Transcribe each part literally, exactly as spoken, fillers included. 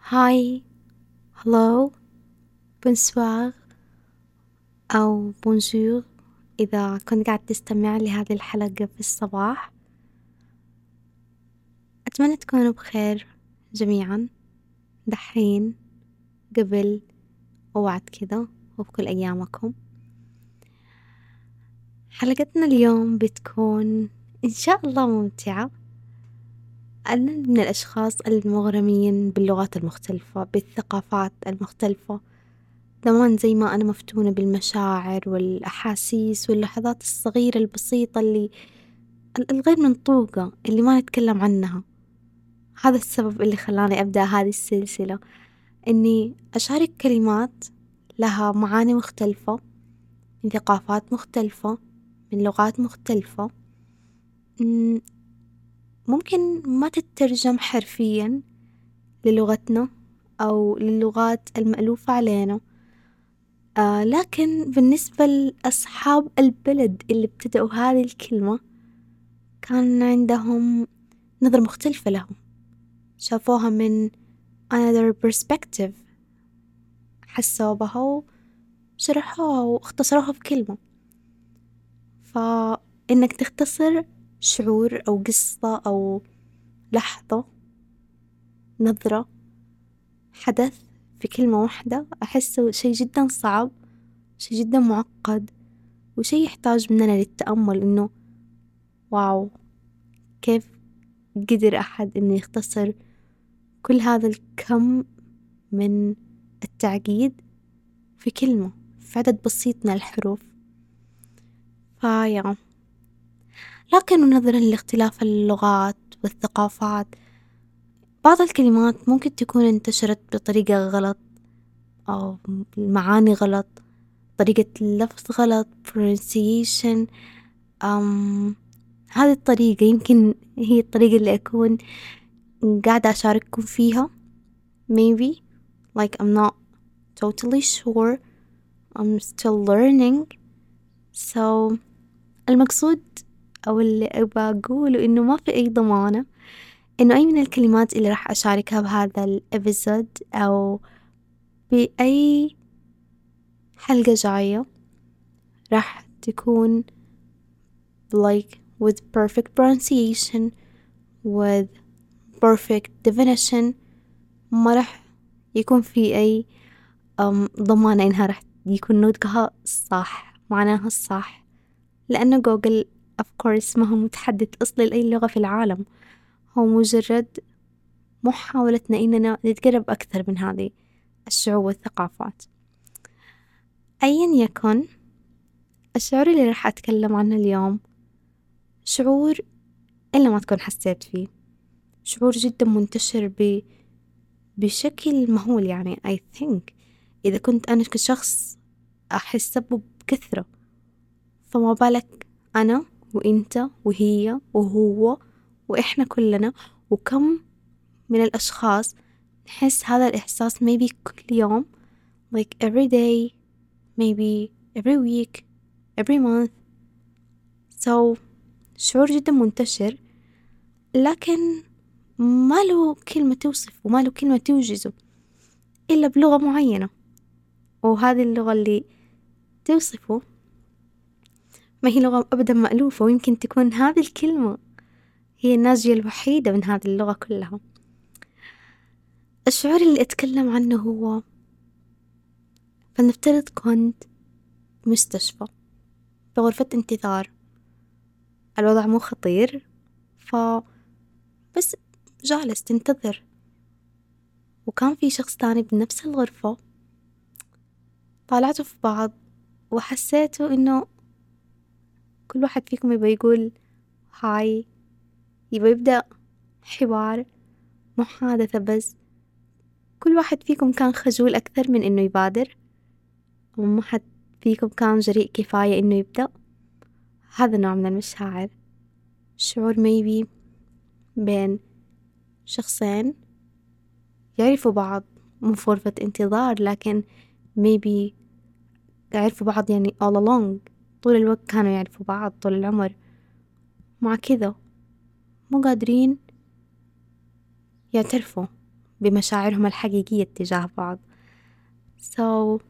هاي، هلو، بونسوار أو بونجور إذا كنت قاعد تستمع لهذه الحلقة في الصباح. أتمنى تكونوا بخير جميعا دحين قبل وبعد كذا وبكل أيامكم. حلقتنا اليوم بتكون إن شاء الله ممتعة. أنا من الأشخاص المغرمين باللغات المختلفة، بالثقافات المختلفة. كمان زي ما أنا مفتونة بالمشاعر والأحاسيس واللحظات الصغيرة البسيطة اللي الغير منطوقة اللي ما نتكلم عنها. هذا السبب اللي خلاني أبدأ هذه السلسلة، إني أشارك كلمات لها معاني مختلفة من ثقافات مختلفة، من لغات مختلفة. ممكن ما تترجم حرفيا للغتنا أو للغات المألوفة علينا، آه لكن بالنسبة لأصحاب البلد اللي ابتدأوا هذه الكلمة كان عندهم نظرة مختلفة لهم، شافوها من another perspective، حسوا بها وشرحوها واختصروها بكلمة. فإنك تختصر شعور أو قصة أو لحظة، نظرة، حدث في كلمة واحدة، أحسه شي جدا صعب، شي جدا معقد، وشي يحتاج مننا للتأمل. إنه واو، كيف قدر أحد إنه يختصر كل هذا الكم من التعقيد في كلمة، في عدد بسيط من الحروف. فيا لكن نظرا لاختلاف اللغات والثقافات، بعض الكلمات ممكن تكون انتشرت بطريقة غلط أو المعاني غلط، طريقة اللفظ غلط، pronunciation. أم هذه الطريقة يمكن هي الطريقة اللي أكون قاعدة أشارككم فيها. maybe like I'm not totally sure, I'm still learning. so المقصود أو اللي أبغى أقوله إنه ما في أي ضمانة إنه أي من الكلمات اللي راح أشاركها بهذا الإبيزود أو بأي حلقة جاية راح تكون like with perfect pronunciation, with perfect definition. ما راح يكون في أي أم ضمانة إنها راح يكون نطقها صح، معناها الصح، لأنه جوجل of course ما هو متحدث أصلي لأي لغة في العالم، هو مجرد محاولتنا إننا نتقرب أكثر من هذه الشعوب والثقافات. أيا يكن، الشعور اللي راح أتكلم عنه اليوم شعور إلا ما تكون حسيت فيه، شعور جدا منتشر ب... بشكل مهول. يعني I think إذا كنت أنا كشخص أحس به بكثرة، فما بالك أنا وإنت وهي وهو وإحنا كلنا، وكم من الأشخاص نحس هذا الإحساس maybe كل يوم، like every day, maybe every week, every month. so شعور جدا منتشر، لكن ما له كلمة توصف وما له كلمة توجزه إلا بلغة معينة، وهذه اللغة اللي توصفه ما هي لغة أبدا مألوفة، ويمكن تكون هذه الكلمة هي الناجية الوحيدة من هذه اللغة كلها. الشعور اللي أتكلم عنه هو، فلنفترض كنت مستشفى بغرفة انتظار، الوضع مو خطير، ف بس جالس تنتظر، وكان في شخص تاني بنفس الغرفة. طالعتوا في بعض وحسيتوا إنه كل واحد فيكم يبغى يقول هاي، يبغى يبدأ حوار، محادثة، بس كل واحد فيكم كان خجول أكثر من إنه يبادر، وما حد فيكم كان جريء كفاية إنه يبدأ. هذا نوع من المشاعر، شعور maybe بين شخصين يعرفوا بعض، مو في غرفة انتظار، لكن maybe يعرفوا بعض يعني all along، طول الوقت كانوا يعرفوا بعض طول العمر. مع كذا مو قادرين يعترفوا بمشاعرهم الحقيقية تجاه بعض. so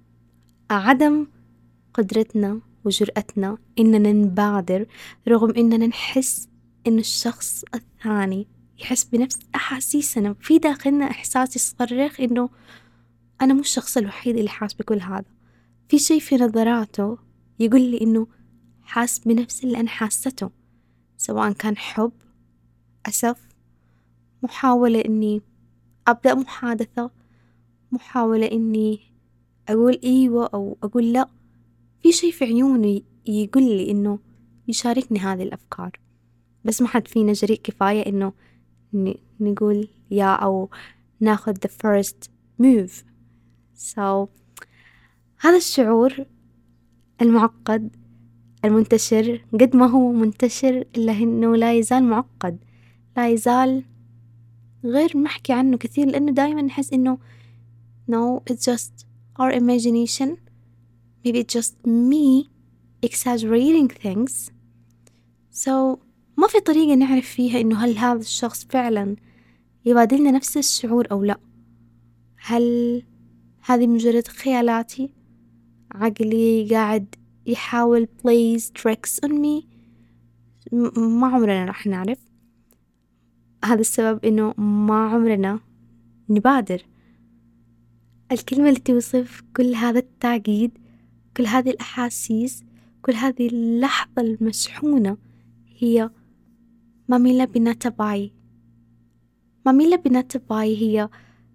عدم قدرتنا وجرأتنا إننا نبادر رغم إننا نحس إن الشخص الثاني يحس بنفس أحاسيسنا، في داخلنا إحساس يصرخ إنه أنا مو الشخص الوحيد اللي حاس بكل هذا، في شي في نظراته يقول لي إنه حاس بنفس اللي أنا حاسته، سواء كان حب، أسف، محاولة إني أبدأ محادثة، محاولة إني أقول إيوة أو أقول لأ، في شي في عيوني يقول لي إنه يشاركني هذه الأفكار، بس ما حد فينا جريء كفاية إنه ن- نقول يا أو ناخذ the first move. so هذا الشعور المعقد المنتشر قد ما هو منتشر إلا إنه لا يزال معقد، لا يزال غير محكي عنه كثير، لأنه دايما نحس إنه no it's just our imagination, maybe it's just me exaggerating things. so ما في طريقة نعرف فيها إنه هل هذا الشخص فعلا يبادلنا نفس الشعور أو لا، هل هذه مجرد خيالاتي، عقلي قاعد يحاول plays tricks on me. م- ما عمرنا راح نعرف. هذا السبب إنه ما عمرنا نبادر. الكلمة اللي توصف كل هذا التعقيد، كل هذه الأحاسيس، كل هذه اللحظة المشحونة هي ماميلا بيناتا باي. ماميلا بيناتا باي هي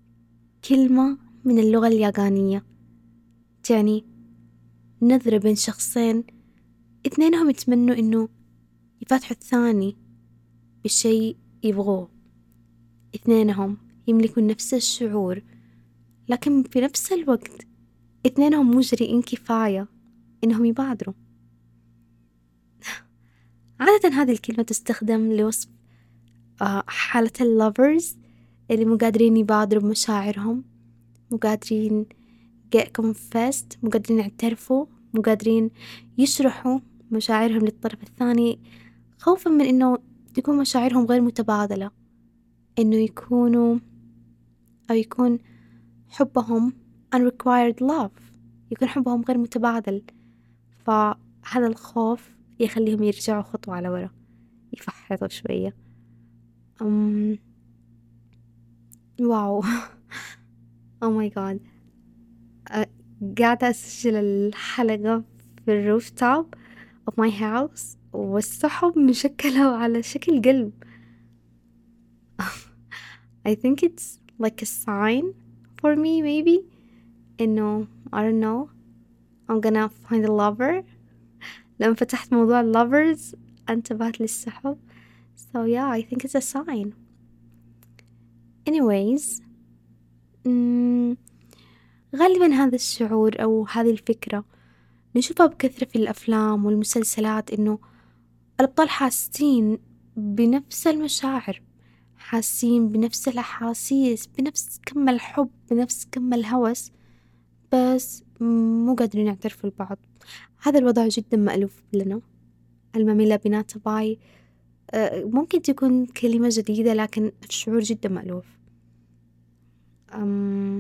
كلمة من اللغة اليابانية، تعني نظرة بين شخصين اثنينهم يتمنوا إنه يفتحوا الثاني بشيء يبغوه، اثنينهم يملكون نفس الشعور، لكن في نفس الوقت اثنينهم مو جريئين كفاية إنهم يبادروا. عادة هذه الكلمة تستخدم لوصف آه، حالة اللوفرز اللي مو قادرين يبادروا بمشاعرهم، مو قادرين get confessed، مو قادرين يعترفوا، مو قادرين يشرحوا مشاعرهم للطرف الثاني، خوفا من إنه تكون مشاعرهم غير متبادلة، إنه يكونوا أو يكون حبهم unrequited love، يكون حبهم غير متبادل، فهذا الخوف يخليهم يرجعوا خطوة على ورا، يفحطوا شوية. أم... واو oh my god. أه... قاعدة أسجل الحلقة في الروف توب of my house والسحب مشكلة على شكل قلب. I think it's like a sign for me maybe إنه I don't know I'm gonna find a lover. لما فتحت موضوع lovers انتبهت للسحب. so yeah I think it's a sign. anyways مم... غالبا هذا الشعور أو هذه الفكرة نشوفها بكثرة في الأفلام والمسلسلات، إنه الأبطال حاسين بنفس المشاعر، حاسين بنفس الأحاسيس، بنفس كم الحب، بنفس كم الهوس، بس مو قادرين يعترفوا لبعض. هذا الوضع جدا مألوف لنا. المميلة بينات باي ممكن تكون كلمة جديدة، لكن الشعور جدا مألوف. أم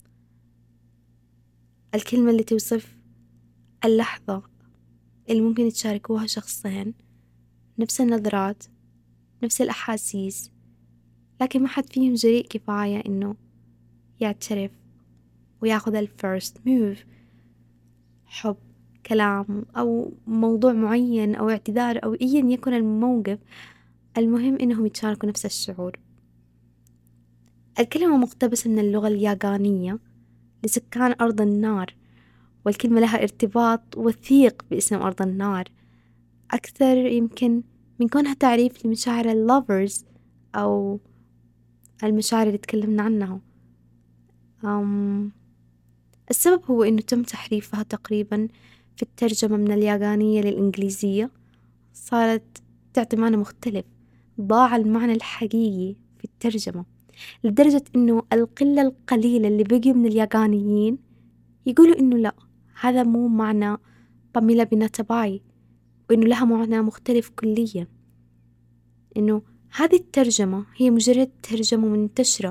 الكلمة اللي توصف اللحظة اللي ممكن يتشاركوها شخصين، نفس النظرات، نفس الأحاسيس، لكن ما حد فيهم جريء كفاية إنه يعترف وياخذ الفيرست موف، حب، كلام أو موضوع معين أو اعتذار أو أيا يكن الموقف، المهم إنهم يتشاركوا نفس الشعور. الكلمة مقتبسة من اللغة اليابانية لسكان أرض النار، والكلمة لها ارتباط وثيق باسم أرض النار أكثر يمكن من كونها تعريف لمشاعر اللوفرز أو المشاعر اللي تكلمنا عنها. أم السبب هو إنه تم تحريفها تقريبا في الترجمة من اليابانية للإنجليزية، صارت تعطي معنى مختلف، ضاع المعنى الحقيقي في الترجمة، لدرجة إنه القلة القليلة اللي بقيوا من اليابانيين يقولوا إنه لأ، هذا مو معنى باميلا بيناتا باي، وإنه لها معنى مختلف كليا، إنه هذه الترجمة هي مجرد ترجمة منتشرة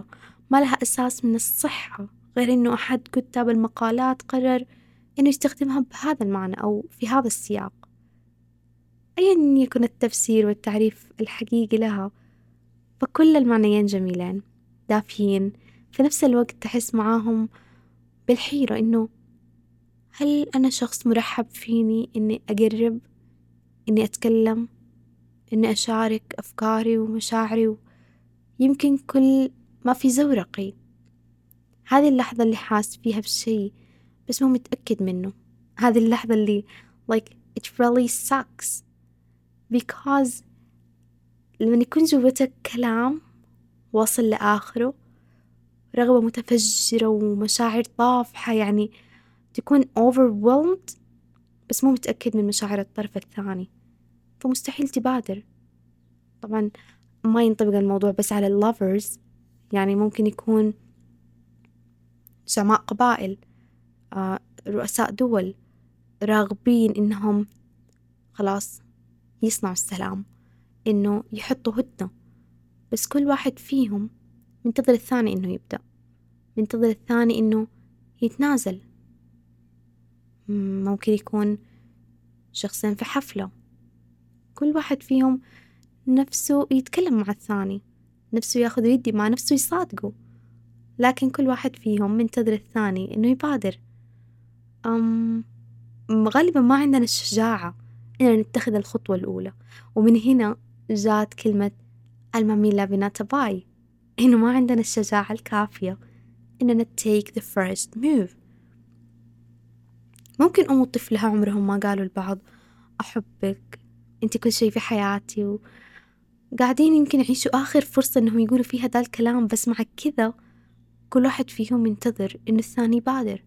ما لها أساس من الصحة، غير إنه أحد كتاب المقالات قرر إنه يستخدمها بهذا المعنى أو في هذا السياق. أيا يكن التفسير والتعريف الحقيقي لها، فكل المعنيين جميلين دافيين، في نفس الوقت تحس معاهم بالحيرة إنه هل أنا شخص مرحب فيني إني أقرب، إني أتكلم، إني أشارك أفكاري ومشاعري، ويمكن كل ما في زورقي. هذه اللحظة اللي حاس فيها بشي بس مو متأكد منه. هذه اللحظة اللي like it really sucks because لما يكون جوتك كلام واصل لآخره، رغبة متفجرة ومشاعر طافحة، يعني تكون overwhelmed بس مو متأكد من مشاعر الطرف الثاني، فمستحيل تبادر. طبعا ما ينطبق الموضوع بس على اللوفرز، يعني ممكن يكون زعماء قبائل، آه، رؤساء دول راغبين إنهم خلاص يصنعوا السلام، إنه يحطوا هدنة، بس كل واحد فيهم منتظر الثاني إنه يبدأ، منتظر الثاني إنه يتنازل. ممكن يكون شخصين في حفلة، كل واحد فيهم نفسه يتكلم مع الثاني، نفسه ياخذ ويدي مع نفسه يصادقه، لكن كل واحد فيهم منتظر الثاني إنه يبادر. أم غالبا ما عندنا الشجاعة إننا نتخذ الخطوة الأولى، ومن هنا جات كلمة الماميلا بناتا باي، إنه ما عندنا الشجاعة الكافية إننا take the first move. ممكن أم وطفلها عمرهم ما قالوا لبعض أحبك، أنت كل شي في حياتي، وقاعدين يمكن يعيشوا آخر فرصة إنهم يقولوا فيها دا الكلام، بس مع كذا كل واحد فيهم ينتظر إنه الثاني يبادر.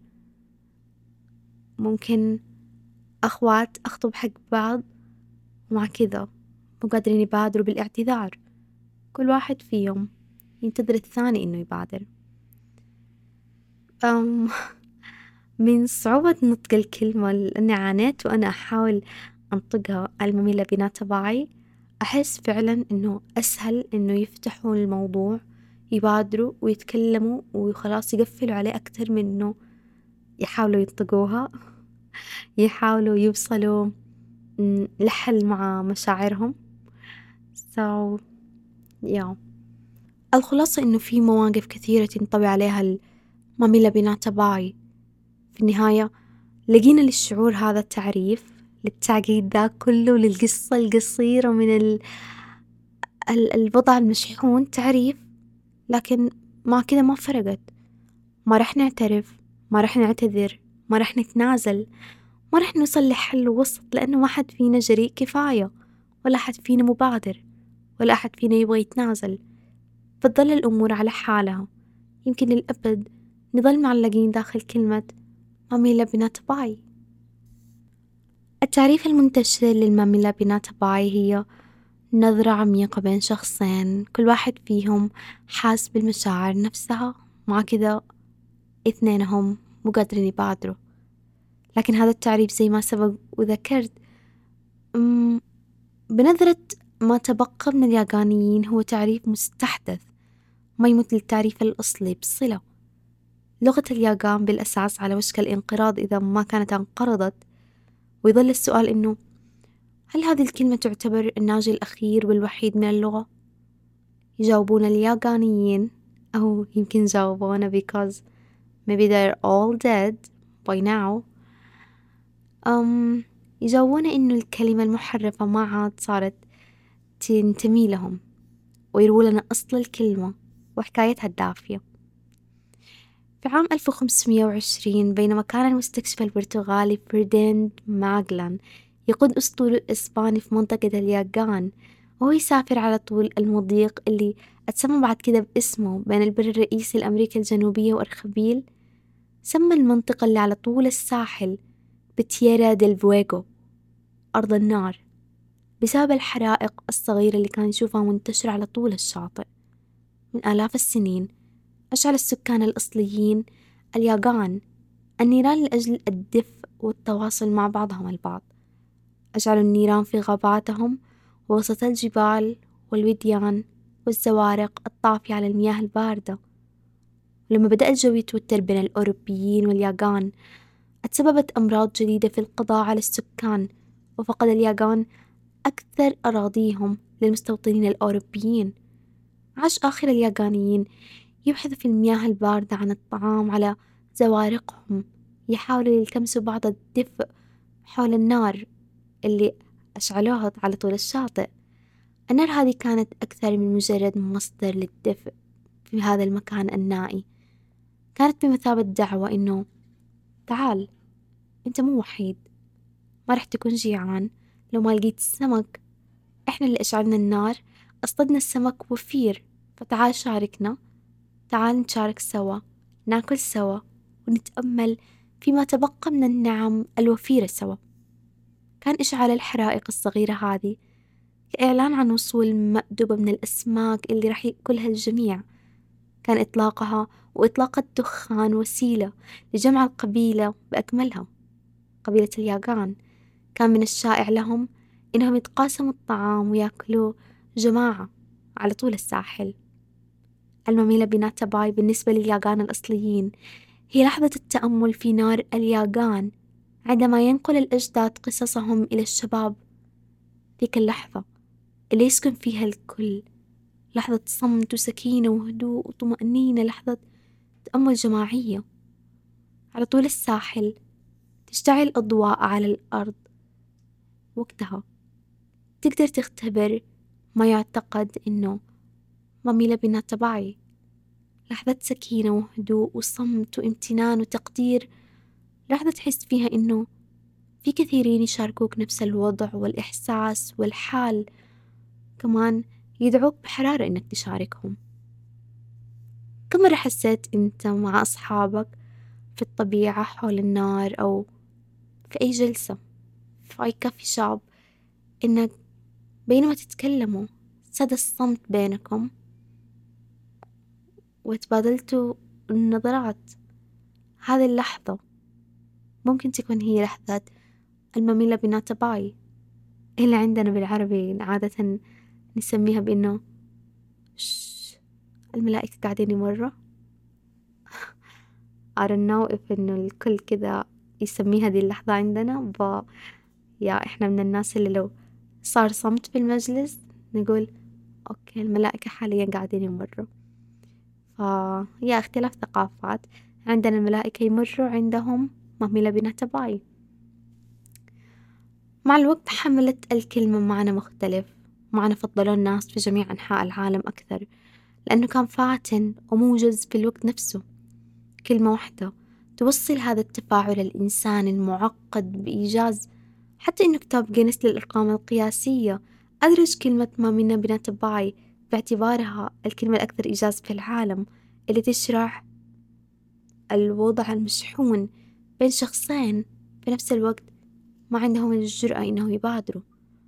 ممكن أخوات أخطب حق بعض ومع كذا مو قادرين يبادروا بالاعتذار، كل واحد فيهم ينتظر الثاني إنه يبادر. أم من صعوبة نطق الكلمة لأني عانيت وأنا أحاول أنطقها، المميلة بناتا باي، أحس فعلا إنه أسهل إنه يفتحوا الموضوع، يبادروا ويتكلموا وخلاص يقفلوا عليه أكتر من إنه يحاولوا ينطقوها، يحاولوا يوصلوا لحل مع مشاعرهم. so yeah. الخلاصة إنه في مواقف كثيرة تنطبع عليها المميلة بناتا باي. في النهاية لقينا للشعور هذا التعريف، للتعقيد ذا كله، للقصة القصيرة من ال... ال... الوضع المشحون تعريف، لكن ما كذا ما فرقت. ما رح نعترف، ما رح نعتذر، ما رح نتنازل، ما رح نوصل لحل وسط، لأنه ما حد فينا جريء كفاية، ولا حد فينا مبادر، ولا أحد فينا يبغى يتنازل. فتظل الأمور على حالها، يمكن للأبد نظل معلقين داخل كلمة ماميلا بناتا باي. التعريف المنتشر للماميلا بناتا باي هي نظرة عميقة بين شخصين، كل واحد فيهم حاس بالمشاعر نفسها، مع كذا اثنينهم مو قادرين يبادروا. لكن هذا التعريف زي ما سبق وذكرت بنظرة ما تبقى من اليابانيين هو تعريف مستحدث، ما يمثل التعريف الأصلي بصلة. لغة اليابان بالأساس على وشك الانقراض إذا ما كانت انقرضت، ويظل السؤال إنه هل هذه الكلمة تعتبر الناجي الأخير والوحيد من اللغة؟ يجاوبون اليابانيين، أو يمكن جاوبونا because maybe they're all dead by now. أم يجاوبون إنه الكلمة المحرفة ما عاد صارت تنتمي لهم، ويروا لنا أصل الكلمة وحكايتها الدافية. في عام ألف وخمسمية وعشرين، بينما كان المستكشف البرتغالي فرديناند ماغلان يقود أسطول الإسباني في منطقة الياغان، وهو يسافر على طول المضيق اللي اتسمى بعد كده باسمه بين البر الرئيسي لأمريكا الجنوبية وأرخبيل، سمى المنطقة اللي على طول الساحل بتييرا ديل فويغو، أرض النار، بسبب الحرائق الصغيرة اللي كان يشوفها منتشرة على طول الشاطئ. من آلاف السنين أشعل السكان الأصليين الياغان النيران لأجل الدفء والتواصل مع بعضهم البعض. أشعلوا النيران في غاباتهم ووسط الجبال والوديان والزوارق الطافية على المياه الباردة. ولما بدأ الجو يتوتر بين الأوروبيين واليابان، تسببت أمراض جديدة في القضاء على السكان، وفقد اليابان أكثر أراضيهم للمستوطنين الأوروبيين. عاش آخر اليابانيين يبحثوا في المياه الباردة عن الطعام على زوارقهم، يحاولوا يلتمسوا بعض الدفء حول النار اللي أشعلوها على طول الشاطئ. النار هذه كانت أكثر من مجرد مصدر للدفء في هذا المكان النائي، كانت بمثابة دعوة إنه تعال، أنت مو وحيد، ما رح تكون جيعان لو ما لقيت السمك، إحنا اللي أشعلنا النار، أصطدنا السمك وفير، فتعال شاركنا، تعال نشارك سوا، ناكل سوا، ونتأمل فيما تبقى من النعم الوفيرة سوا. كان إشعال الحرائق الصغيرة هذه كإعلان عن وصول مأدبة من الأسماك اللي راح يأكلها الجميع. كان إطلاقها وإطلاق الدخان وسيلة لجمع القبيلة بأكملها. قبيلة الياغان كان من الشائع لهم إنهم يتقاسموا الطعام ويأكلوه جماعة على طول الساحل. المميلة بناتا باي بالنسبة للياغان الأصليين هي لحظة التأمل في نار الياغان عندما ينقل الأجداد قصصهم إلى الشباب. ذيك اللحظة اللي يسكن فيها الكل، لحظة صمت وسكينة وهدوء وطمأنينة، لحظة تأمل جماعية. على طول الساحل تشتعل أضواء على الأرض، وقتها تقدر تختبر ما يعتقد إنه مميلة بناتا باي، لحظة سكينة وهدوء وصمت وامتنان وتقدير، لحظة تحس فيها إنه في كثيرين يشاركوك نفس الوضع والإحساس والحال، كمان يدعوك بحرارة إنك تشاركهم. كم مرة حسيت أنت مع أصحابك في الطبيعة حول النار أو في أي جلسة في أي كافي شوب، إنك بينما تتكلموا ساد الصمت بينكم وتبادلتوا النظرات؟ هذه اللحظة ممكن تكون هي لحظة المميلة بناتا باي، اللي عندنا بالعربي عادة نسميها بإنه شش الملائكة قاعدين يمروا. I don't know if إنه الكل كذا يسميها دي اللحظة عندنا، ب يا إحنا من الناس اللي لو صار صمت في المجلس نقول أوكي الملائكة حاليا قاعدين يمروا. فيا اختلاف ثقافات، عندنا الملائكة يمروا، عندهم مميلة بناتا باي. مع الوقت حملت الكلمة معنى مختلف، معنى فضلوا الناس في جميع أنحاء العالم أكثر، لأنه كان فاتن وموجز في الوقت نفسه. كلمة واحدة توصل هذا التفاعل الإنساني المعقد بإيجاز، حتى إنه كتاب جينيس للأرقام القياسية أدرج كلمة مامينا بناتا باي باعتبارها الكلمة الأكثر إيجاز في العالم، اللي تشرح الوضع المشحون بين شخصين في نفس الوقت ما عندهم الجرأة إنه يبادروا.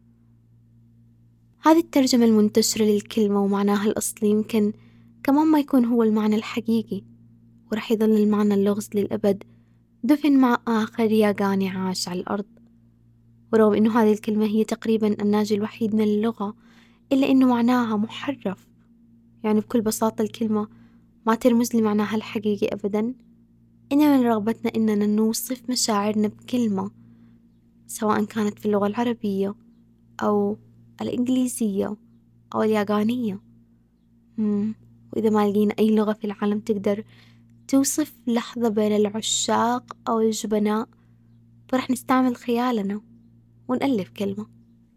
هذه الترجمة المنتشرة للكلمة ومعناها الأصلي يمكن كمان ما يكون هو المعنى الحقيقي، ورح يظل المعنى اللغز للأبد دفن مع آخر ياغاني عاش على الأرض. ورغم إنه هذه الكلمة هي تقريبا الناجي الوحيد من اللغة، إلا إنه معناها محرف. يعني بكل بساطة الكلمة ما ترمز لمعناها الحقيقي أبدا، إنما من رغبتنا إننا نوصف مشاعرنا بكلمة، سواء كانت في اللغة العربية أو الإنجليزية أو اليابانية. مم. وإذا ما لقينا أي لغة في العالم تقدر توصف لحظة بين العشاق أو الجبناء، فرح نستعمل خيالنا ونألف كلمة.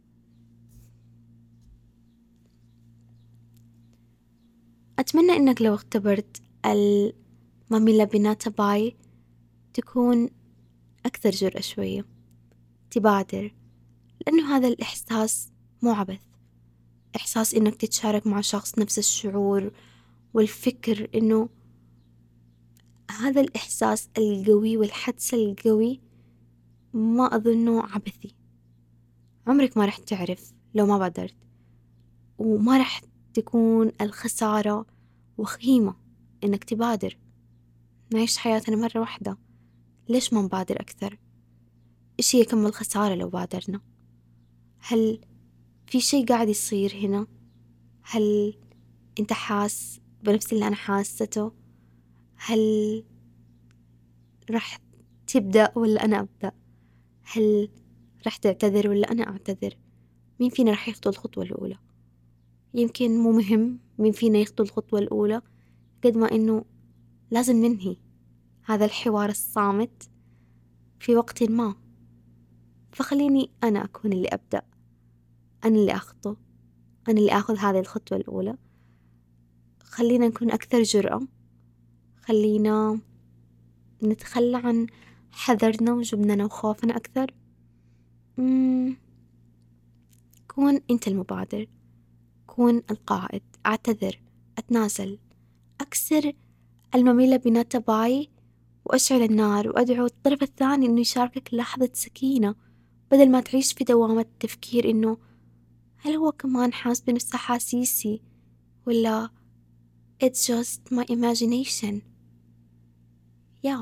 أتمنى إنك لو اختبرت الماميلا بناتا باي تكون أكثر جرأة شوية، تبادر، لأنه هذا الإحساس مو عبث، إحساس إنك تتشارك مع شخص نفس الشعور والفكر، إنه هذا الإحساس القوي والحدس القوي ما أظنه عبثي. عمرك ما رح تعرف لو ما بادرت، وما رح تكون الخسارة وخيمة إنك تبادر. نعيش حياتنا مرة واحدة، ليش ما نبادر أكثر؟ إيش هي كم الخسارة لو بادرنا؟ هل في شي قاعد يصير هنا؟ هل أنت حاس بنفس اللي أنا حاسته؟ هل راح تبدأ ولا أنا أبدأ؟ هل راح تعتذر ولا أنا أعتذر؟ مين فينا راح يخطو الخطوة الأولى؟ يمكن مو مهم مين فينا يخطو الخطوة الأولى قد ما إنه لازم ننهي هذا الحوار الصامت في وقت ما. فخليني أنا أكون اللي أبدأ، أنا اللي أخطو، أنا اللي أخذ هذه الخطوة الأولى. خلينا نكون أكثر جرأة، خلينا نتخلى عن حذرنا وجبننا وخوفنا أكثر. مم. كون أنت المبادر، كون القائد، أعتذر، أتنازل، أكسر المميلة بنات باي، وأشعل النار، وأدعو الطرف الثاني إنه يشاركك لحظة سكينة، بدل ما تعيش في دوامة تفكير إنه هل هو كمان حاس بنفس أحاسيسي ولا it's just my imagination. Yeah,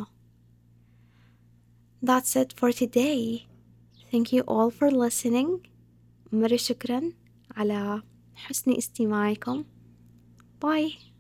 that's it for today. Thank you all for listening. مرة شكرا على حسن استماعكم. Bye.